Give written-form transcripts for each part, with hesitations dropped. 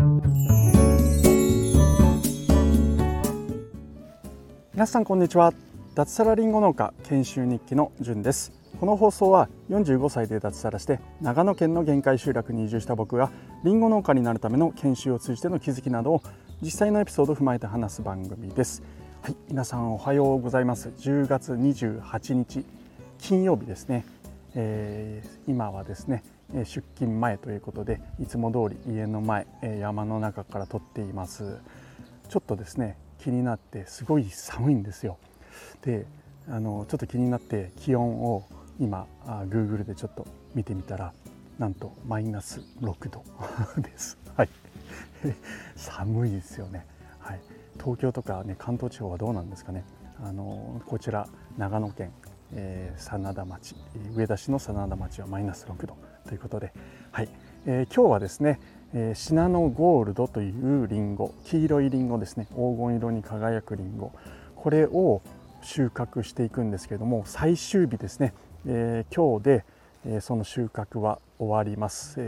皆さんこんにちは。脱サラリンゴ農家研修日記のじゅんです。この放送は45歳で脱サラして長野県の限界集落に移住した僕がリンゴ農家になるための研修を通じての気づきなどを実際のエピソードを踏まえて話す番組です。はい、皆さんおはようございます。10月28日金曜日ですね。今はですね出勤前ということでいつも通り家の前山の中から撮っています。ちょっとですね気になってすごい寒いんですよ。でちょっと気になって気温を今Google でちょっと見てみたらなんとマイナス6度です。はい、寒いですよね。はい、東京とかね関東地方はどうなんですかね。こちら長野県、真田町上田市の真田町はマイナス6度ということで、はい、今日はですねシナノゴールドというリンゴ、黄色いリンゴですね、黄金色に輝くリンゴ、これを収穫していくんですけれども最終日ですね、今日で、その収穫は終わります。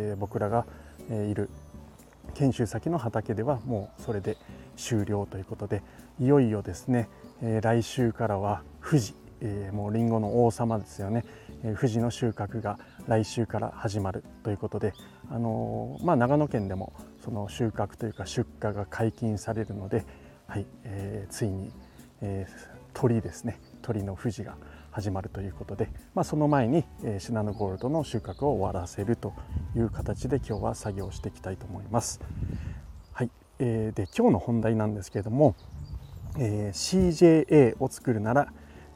僕らが、いる研修先の畑ではもうそれで終了ということで、いよいよですね、来週からは富士、もうリンゴの王様ですよね、富士の収穫が来週から始まるということで、長野県でもその収穫というか出荷が解禁されるので、はい、ついに、鳥ですね、鳥の富士が始まるということで、その前に、シナノゴールドの収穫を終わらせるという形で今日は作業していきたいと思います。はい、で今日の本題なんですけれども、CJA を作るなら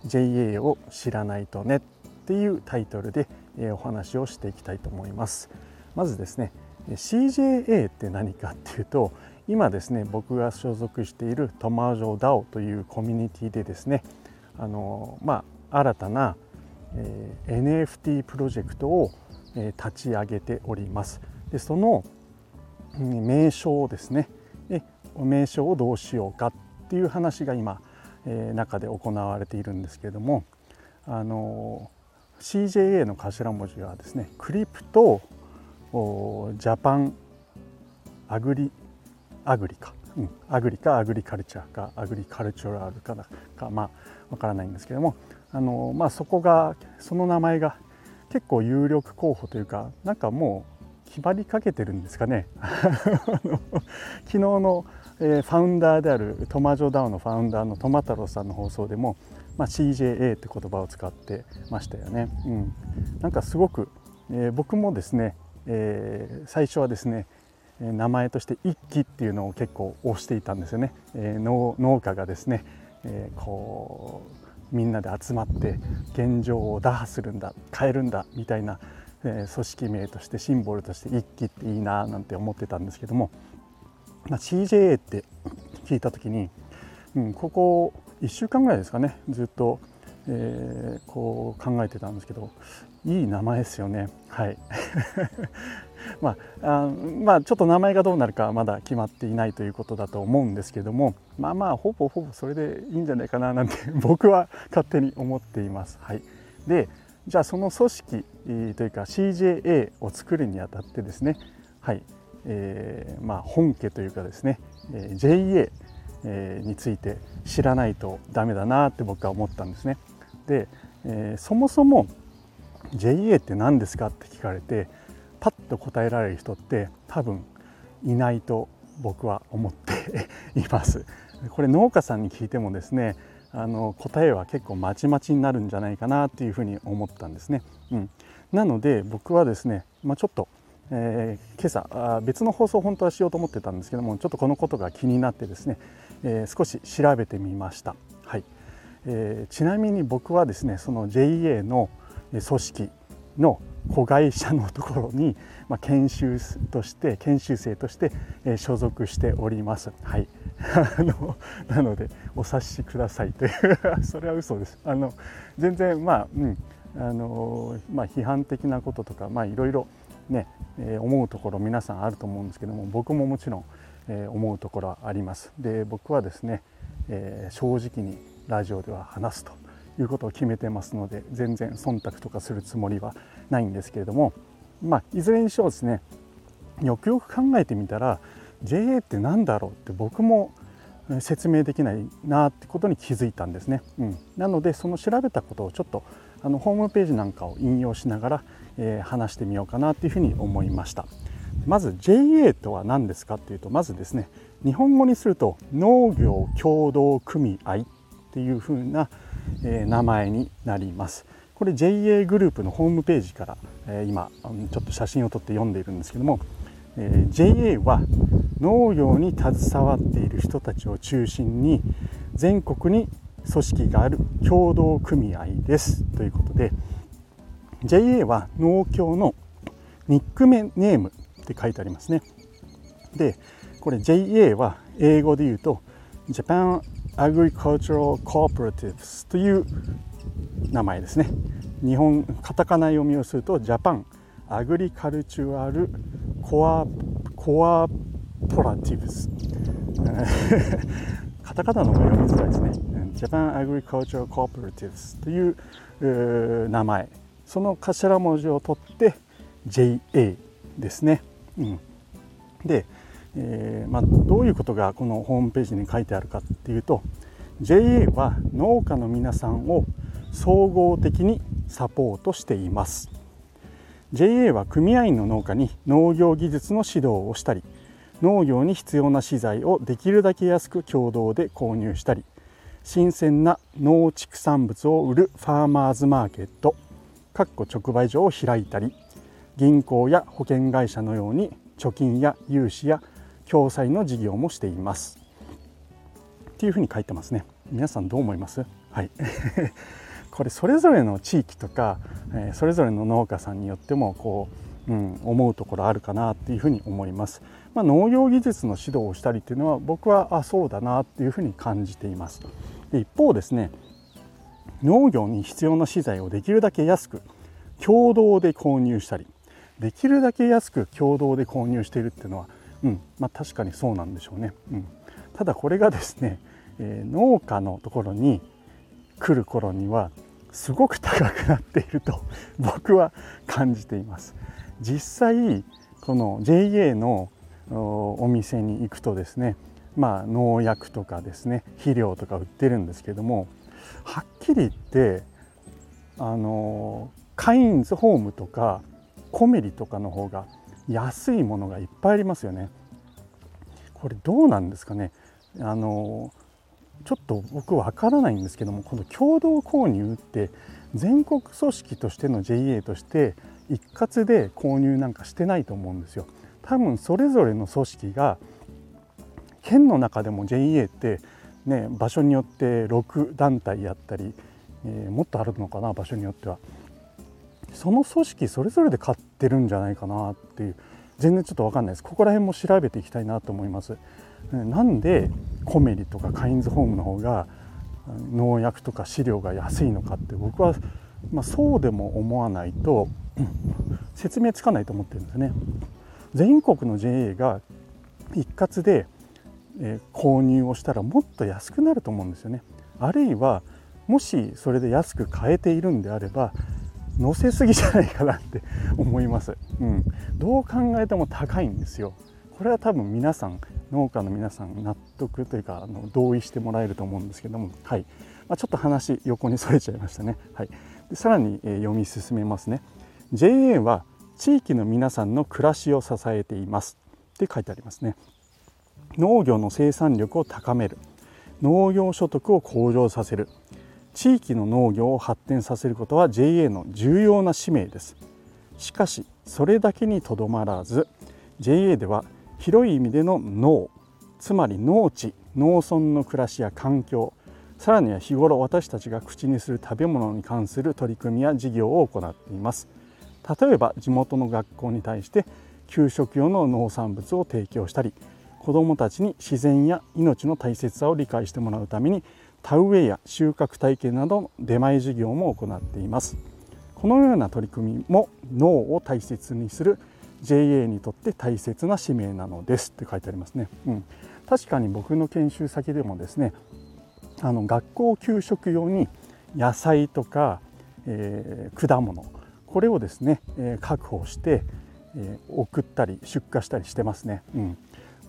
JA を知らないとねっていうタイトルで、お話をしていきたいと思います。まずですね CJA って何かっていうと、今ですね僕が所属しているトマジョ DAO というコミュニティでですね、新たな、NFT プロジェクトを、立ち上げております。でその名称をですね、名称をどうしようかっていう話が今、中で行われているんですけれども、CJA の頭文字はですねクリプトジャパンアグリか、アグリカルチャーかアグリカルチュラルかわからないんですけども、その名前が結構有力候補というか、なんかもう決まりかけてるんですかね。昨日の、ファウンダーであるトマジョ DAO のファウンダーのトマ太郎さんの放送でも、CJA って言葉を使ってましたよね。なんかすごく、僕もですね、最初はですね名前として一揆っていうのを結構推していたんですよね。農家がですね、みんなで集まって現状を打破するんだ、変えるんだみたいな、組織名としてシンボルとして一揆っていいななんて思ってたんですけども、CJA って聞いた時に、ここ1週間ぐらいですかねずっと、こう考えてたんですけど、いい名前ですよね。はいちょっと名前がどうなるかまだ決まっていないということだと思うんですけども、ほぼそれでいいんじゃないかななんて僕は勝手に思っています。はい、でじゃあその組織というか CJA を作るにあたってですね、はい、本家というかですね、JA について知らないとダメだなって僕は思ったんですね。で、そもそも JA って何ですかって聞かれてパッと答えられる人って多分いないと僕は思っています。これ農家さんに聞いてもですね答えは結構まちまちになるんじゃないかなっていうふうに思ったんですね。なので僕はですね、ちょっと、今朝別の放送を本当はしようと思ってたんですけども、ちょっとこのことが気になってですね、少し調べてみました。はい、ちなみに僕はですねその JA の組織の子会社のところに、研修生として所属しております。はい、なのでお察しくださいというそれは嘘です。全然批判的なこととかいろいろね、思うところ皆さんあると思うんですけども、僕ももちろん、思うところはあります。で僕はですね、正直にラジオでは話すということを決めてますので、全然忖度とかするつもりはないんですけれども、いずれにしろですね、よくよく考えてみたら JA って何だろうって僕も説明できないなってことに気づいたんですね。なのでその調べたことをちょっとホームページなんかを引用しながら、話してみようかなというふうに思いました。まず JA とは何ですかっていうと、まずですね、日本語にすると農業協同組合っていうふうな、名前になります。これ JA グループのホームページから、今ちょっと写真を撮って読んでいるんですけども、JA は農業に携わっている人たちを中心に全国に組織がある協同組合ですということで、 JA は農協のニックネームって書いてありますね。でこれ JA は英語で言うと Japan Agricultural Cooperatives という名前ですね。日本カタカナ読みをするとジャパンアグリカルチュアルコアポラティブスカタカナの方が読みづらいですね。ジャパンアグリカルチュアルコーポレーティブスという名前、その頭文字を取って JA ですね。で、どういうことがこのホームページに書いてあるかっていうと、 JA は農家の皆さんを総合的にサポートしています。 JA は組合員の農家に農業技術の指導をしたり、農業に必要な資材をできるだけ安く共同で購入したり、新鮮な農畜産物を売るファーマーズマーケット直売所を開いたり、銀行や保険会社のように貯金や融資や共済の事業もしていますっていうふうに書いてますね。皆さんどう思います？はいこれそれぞれの地域とか、それぞれの農家さんによっても思うところあるかなっていうふうに思います。農業技術の指導をしたりっていうのは僕はそうだなっていうふうに感じています。で一方ですね、農業に必要な資材をできるだけ安く共同で購入したり、できるだけ安く共同で購入しているっていうのは、確かにそうなんでしょうね。ただこれがですね、農家のところに来る頃にはすごく高くなっていると僕は感じています。実際この JA のお店に行くとですね、農薬とかですね、肥料とか売ってるんですけども、はっきり言ってカインズホームとかコメリとかの方が安いものがいっぱいありますよね。これどうなんですかね。ちょっと僕わからないんですけども、この共同購入って全国組織としての JA として一括で購入なんかしてないと思うんですよ。多分それぞれの組織が、県の中でも JA ってね、場所によって6団体やったり、もっとあるのかな、場所によっては。その組織それぞれで買ってるんじゃないかなっていう、全然ちょっと分かんないです。ここら辺も調べていきたいなと思います。なんでコメリとかカインズホームの方が農薬とか飼料が安いのかって、僕はそうでも思わないと説明つかないと思ってるんですね。全国の JA が一括で購入をしたらもっと安くなると思うんですよね。あるいはもしそれで安く買えているんであれば乗せすぎじゃないかなって思います。どう考えても高いんですよ。これは多分皆さん、農家の皆さん納得というか同意してもらえると思うんですけども、ちょっと話横にそれちゃいましたね。でさらに、読み進めますね。 JA は地域の皆さんの暮らしを支えていますって書いてありますね。農業の生産力を高める、農業所得を向上させる、地域の農業を発展させることは JA の重要な使命です。しかしそれだけにとどまらず JA では広い意味での農、つまり農地農村の暮らしや環境、さらには日頃私たちが口にする食べ物に関する取り組みや事業を行っています。例えば地元の学校に対して給食用の農産物を提供したり、子どもたちに自然や命の大切さを理解してもらうために田植えや収穫体験などの出前事業も行っています。このような取り組みも農を大切にする JA にとって大切な使命なのですって書いてありますね。確かに僕の研修先でもですね、学校給食用に野菜とか、果物、これをですね、確保して、送ったり出荷したりしてますね。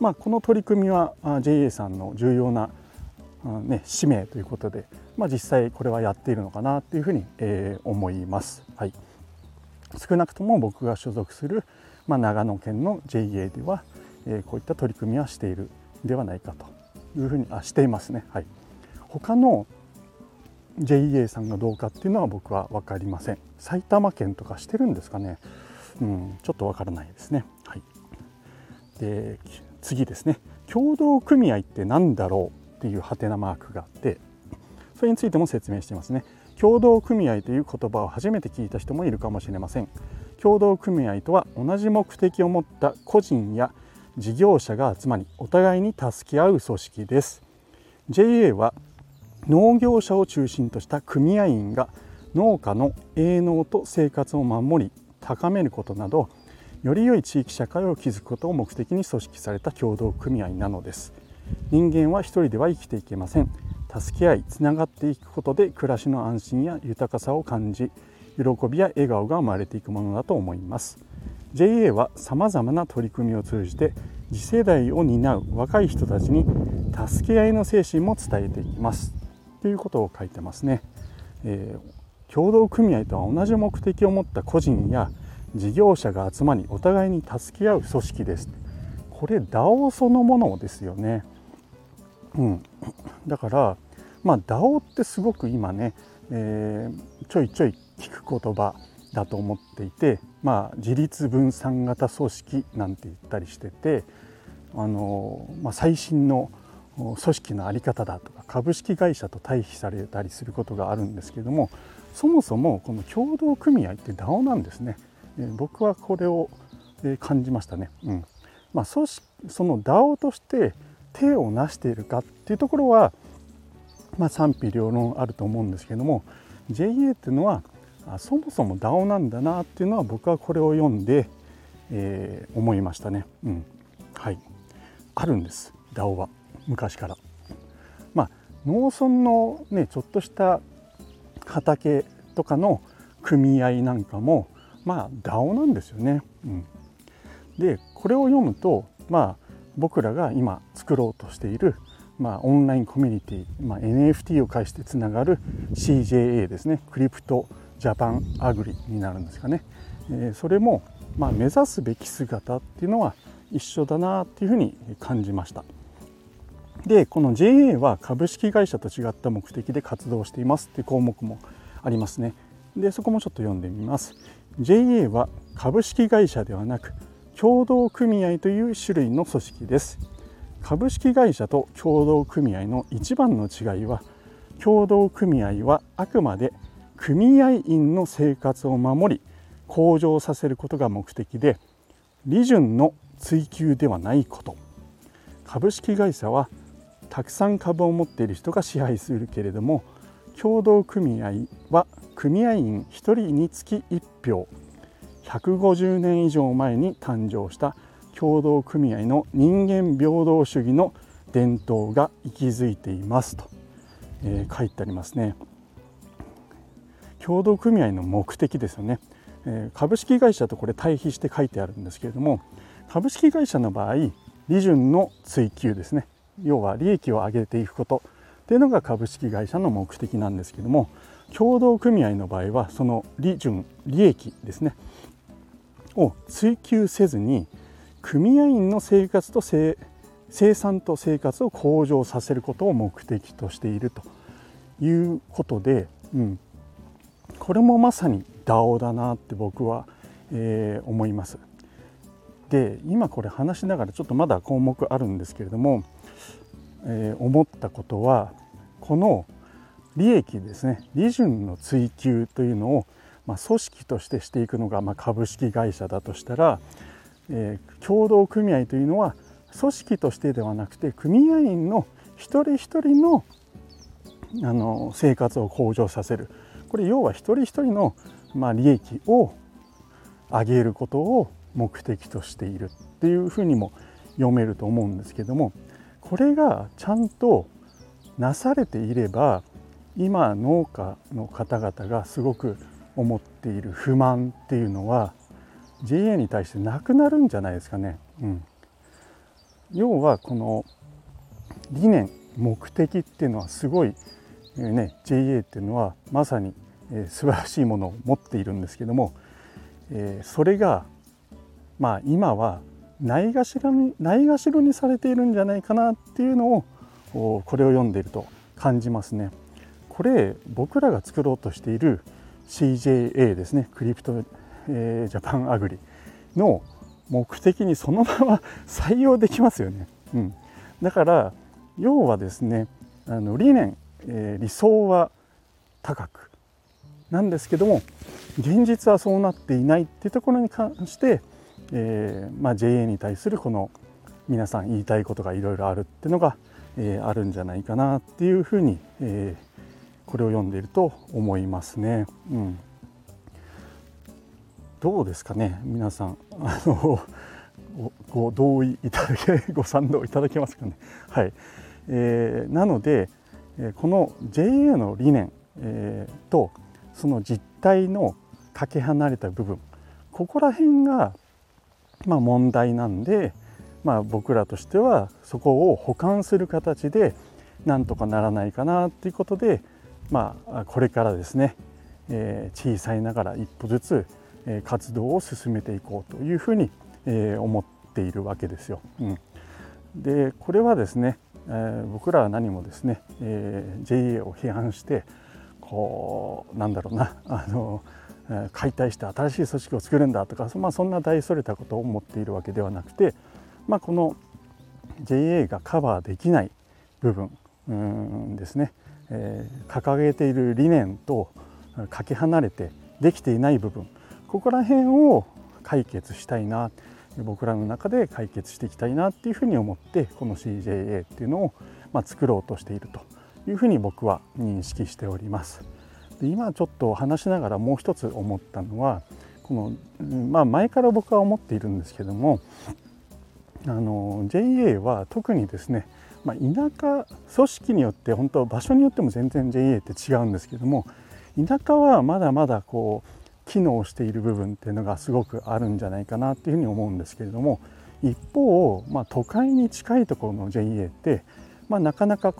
この取り組みは JA さんの重要な、使命ということで、実際これはやっているのかなというふうに、思います。はい、少なくとも僕が所属する、長野県の JA では、こういった取り組みはしているではないかというふうにしていますね。はい、他の JA さんがどうかっていうのは僕は分かりません。埼玉県とかしてるんですかね。ちょっと分からないですね。はい、で次ですね、協同組合って何だろうっていうハテナマークがあって、それについても説明していますね。協同組合という言葉を初めて聞いた人もいるかもしれません。協同組合とは同じ目的を持った個人や事業者が集まりお互いに助け合う組織です。 JA は農業者を中心とした組合員が農家の営農と生活を守り高めることなど、より良い地域社会を築くことを目的に組織された協同組合なのです。人間は一人では生きていけません。助け合いつながっていくことで暮らしの安心や豊かさを感じ、喜びや笑顔が生まれていくものだと思います。 JA はさまざまな取り組みを通じて次世代を担う若い人たちに助け合いの精神も伝えていきますということを書いてますね。協同組合とは同じ目的を持った個人や事業者が集まりお互いに助け合う組織です。これ DAO そのものですよね。だから、DAO ってすごく今ね、ちょいちょい聞く言葉だと思っていて、自立分散型組織なんて言ったりしてて、最新の組織の在り方だとか株式会社と対比されたりすることがあるんですけれども、そもそもこの協同組合って DAO なんですね。僕はこれを感じましたね。その DAO として手を成しているかっていうところは、賛否両論あると思うんですけども、 JA っていうのはそもそも DAO なんだなっていうのは僕はこれを読んで、思いましたね。あるんです DAO は昔から。農村のねちょっとした畑とかの組合なんかもDAO なんですよね。でこれを読むと僕らが今作ろうとしているオンラインコミュニティ、NFT を介してつながる CJA ですね、クリプトジャパンアグリになるんですかね。それも目指すべき姿っていうのは一緒だなっていうふうに感じました。でこの JA は株式会社と違った目的で活動していますっていう項目もありますね。でそこもちょっと読んでみます。 JA は株式会社ではなく協同組合という種類の組織です。株式会社と協同組合の一番の違いは、協同組合はあくまで組合員の生活を守り向上させることが目的で、利潤の追求ではないこと。株式会社はたくさん株を持っている人が支配するけれども、協同組合は組合員1人につき1票、150年以上前に誕生した協同組合の人間平等主義の伝統が息づいていますと、書いてありますね。協同組合の目的ですよね。株式会社とこれ対比して書いてあるんですけれども、株式会社の場合利潤の追求ですね、要は利益を上げていくことっていうのが株式会社の目的なんですけども、協同組合の場合はその利益ですねを追求せずに、組合員の生活と生産と生活を向上させることを目的としているということで、これもまさに DAO だなって僕は、思います。で今これ話しながらちょっとまだ項目あるんですけれども、思ったことは、この利益ですね、利潤の追求というのを、組織としてしていくのが、株式会社だとしたら、協同組合というのは組織としてではなくて組合員の一人一人の、生活を向上させる、これ要は一人一人の、利益を上げることを目的としているっていうふうにも読めると思うんですけども、これがちゃんとなされていれば、今農家の方々がすごく思っている不満っていうのは JA に対してなくなるんじゃないですかね。 要はこの理念目的っていうのはすごい、JA っていうのはまさに、素晴らしいものを持っているんですけども、それが今はないがしろにされているんじゃないかなっていうのをこれを読んでいると感じますね。これ僕らが作ろうとしている CJA ですね、クリプト、ジャパンアグリの目的にそのまま採用できますよね。だから要はですね、理念、理想は高くなんですけども、現実はそうなっていないっていうところに関して、JA に対するこの皆さん言いたいことがいろいろあるっていうのが、あるんじゃないかなっていうふうに、これを読んでいると思いますね。どうですかね、皆さんご同意いただけご賛同いただけますかね。はい、なのでこの JA の理念、とその実態のかけ離れた部分、ここら辺が問題なんで、僕らとしてはそこを補完する形でなんとかならないかなっていうことで、これからですね、小さいながら一歩ずつ活動を進めていこうというふうに思っているわけですよ。でこれはですね、僕らは何もですね、JA を批判して解体して新しい組織を作るんだとか、そんな大それたことを思っているわけではなくて、この JA がカバーできない部分ですね、掲げている理念とかけ離れてできていない部分、ここら辺を解決したいな、僕らの中で解決していきたいなっていうふうに思って、この CJA っていうのを作ろうとしているというふうに僕は認識しております。で今ちょっと話しながらもう一つ思ったのは、この、前から僕は思っているんですけども、JA は特にですね、田舎組織によって本当場所によっても全然 JA って違うんですけども、田舎はまだまだ機能している部分っていうのがすごくあるんじゃないかなっていうふうに思うんですけれども、一方、都会に近いところの JA って、なかなか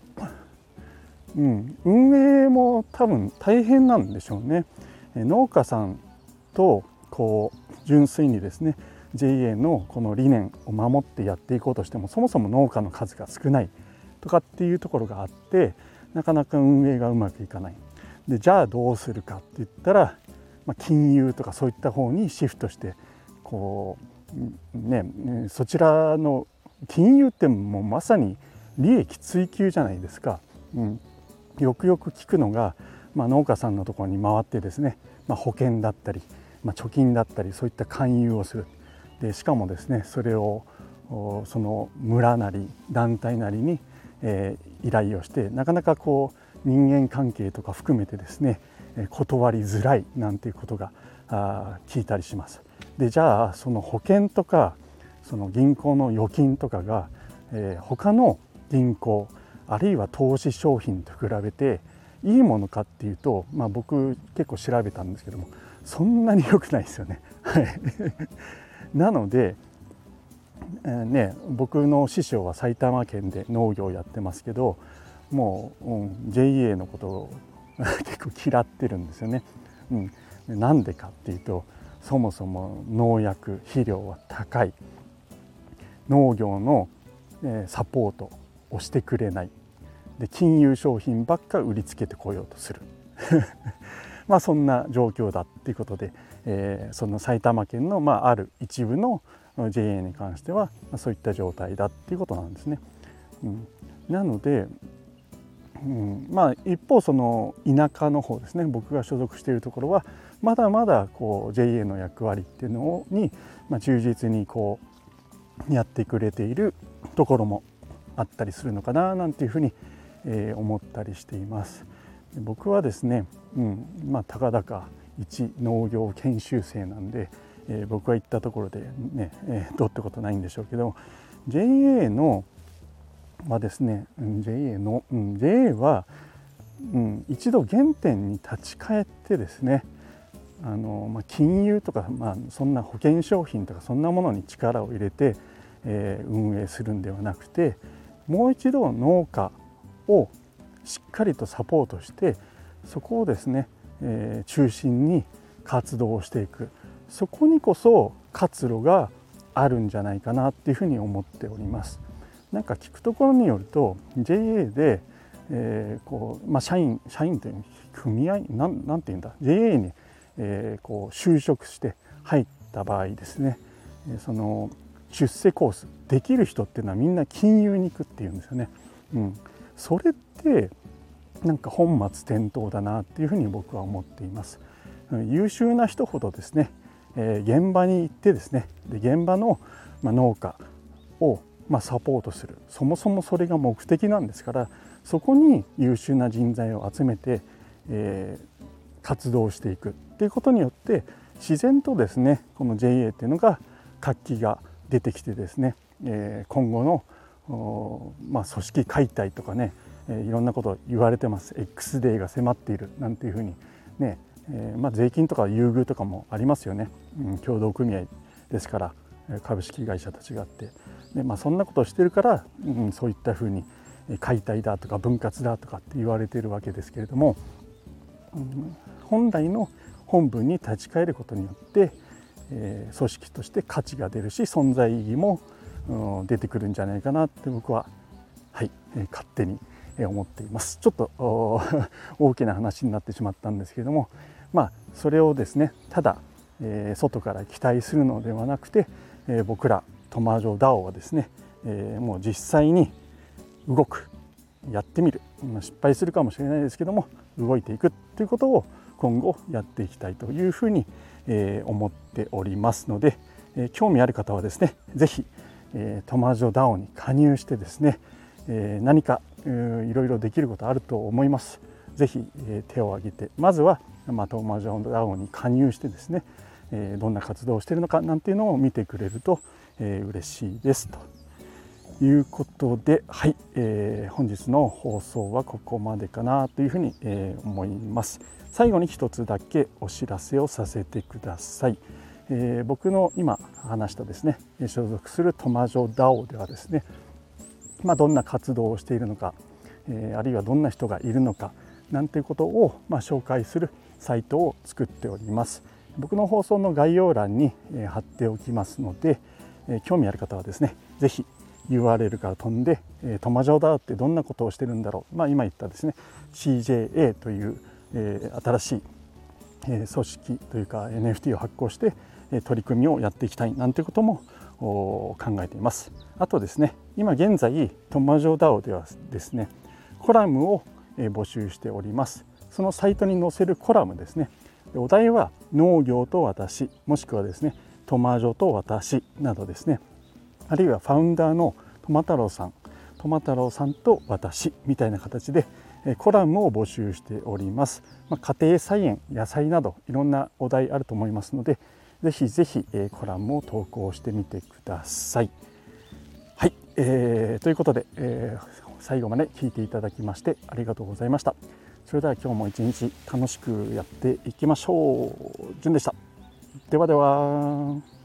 運営も多分大変なんでしょうね。農家さんと純粋にですね JA のこの理念を守ってやっていこうとしても、そもそも農家の数が少ないとかっていうところがあって、なかなか運営がうまくいかない。でじゃあどうするかって言ったら、金融とかそういった方にシフトして、そちらの金融ってもうまさに利益追求じゃないですか。よくよく聞くのが、農家さんのところに回ってですね、保険だったり、貯金だったり、そういった勧誘をする。でしかもですね、それをその村なり団体なりに、依頼をして、なかなか人間関係とか含めてですね、断りづらいなんていうことが聞いたりします。でじゃあその保険とかその銀行の預金とかが、他の銀行あるいは投資商品と比べていいものかっていうと、僕結構調べたんですけども、そんなに良くないですよね。なので、僕の師匠は埼玉県で農業をやってますけど、もう、JA のことを結構嫌ってるんですよね。なんでかっていうと、そもそも農薬肥料は高い、農業のサポートをしてくれない、で金融商品ばっか売りつけてこようとするそんな状況だっていうことで、その埼玉県の、ある一部の JA に関しては、そういった状態だっていうことなんですね。なので、一方その田舎の方ですね、僕が所属しているところはまだまだJA の役割っていうのに、忠実にやってくれているところもあったりするのかななんていうふうに思ったりしています。僕はですね、たかだか一農業研修生なんで、僕が行ったところでね、どうってことないんでしょうけど、 JA のはですね、JA は、一度原点に立ち返ってですね、金融とか、そんな保険商品とかそんなものに力を入れて、 運営するんではなくて、もう一度農家をしっかりとサポートして、そこをですね、中心に活動をしていく、そこにこそ活路があるんじゃないかなっていうふうに思っております。なんか聞くところによると JA で、社員という組合なんていうんだ JA に、就職して入った場合ですね、その出世コースできる人っていうのはみんな金融に行くっていうんですよね。それってなんか本末転倒だなっていうふうに僕は思っています。優秀な人ほどですね、現場に行ってですね、で現場の農家をサポートする、そもそもそれが目的なんですから、そこに優秀な人材を集めて、活動していくっていうことによって自然とですね、この JA っていうのが活気が出てきてですね、今後の組織解体とかね、いろんなことを言われてます。 X デーが迫っているなんていうふうにね、税金とか優遇とかもありますよね。協同組合ですから、株式会社たちがあって、で、そんなことをしてるから、そういったふうに解体だとか分割だとかって言われているわけですけれども、本来の本文に立ち返ることによって、組織として価値が出るし、存在意義も出てくるんじゃないかなって僕は、勝手に思っています。ちょっと大きな話になってしまったんですけれども、それをですね、ただ、外から期待するのではなくて、僕らトマジョ DAO はですね、もう実際に動く、やってみる、失敗するかもしれないですけども動いていくということを今後やっていきたいというふうに思っておりますので、興味ある方はですね、ぜひトマジョ DAO に加入してですね、何かいろいろできることあると思います。ぜひ手を挙げて、まずはトマジョ DAO に加入してですね、どんな活動をしているのかなんていうのを見てくれると嬉しいですということで、本日の放送はここまでかなというふうに思います。最後に一つだけお知らせをさせてください。僕の今話したですね、所属するトマジョ DAO ではですね、どんな活動をしているのか、あるいはどんな人がいるのかなんていうことを紹介するサイトを作っております。僕の放送の概要欄に貼っておきますので、興味ある方はですね、ぜひ URL から飛んで、トマジョ DAO ってどんなことをしてるんだろう、今言ったですね CJA という、新しい、組織というか NFT を発行して取り組みをやっていきたいなんてことも考えています。あとですね、今現在トマジョ DAO ではですね、コラムを募集しております。そのサイトに載せるコラムですね、お題は農業と私、もしくはですねトマジョと私などですね、あるいはファウンダーのトマ太郎さんと私みたいな形でコラムを募集しております。家庭菜園、野菜などいろんなお題あると思いますので、ぜひぜひコラムを投稿してみてください。ということで、最後まで聞いていただきましてありがとうございました。それでは今日も一日楽しくやっていきましょう。じゅんでした。ではでは。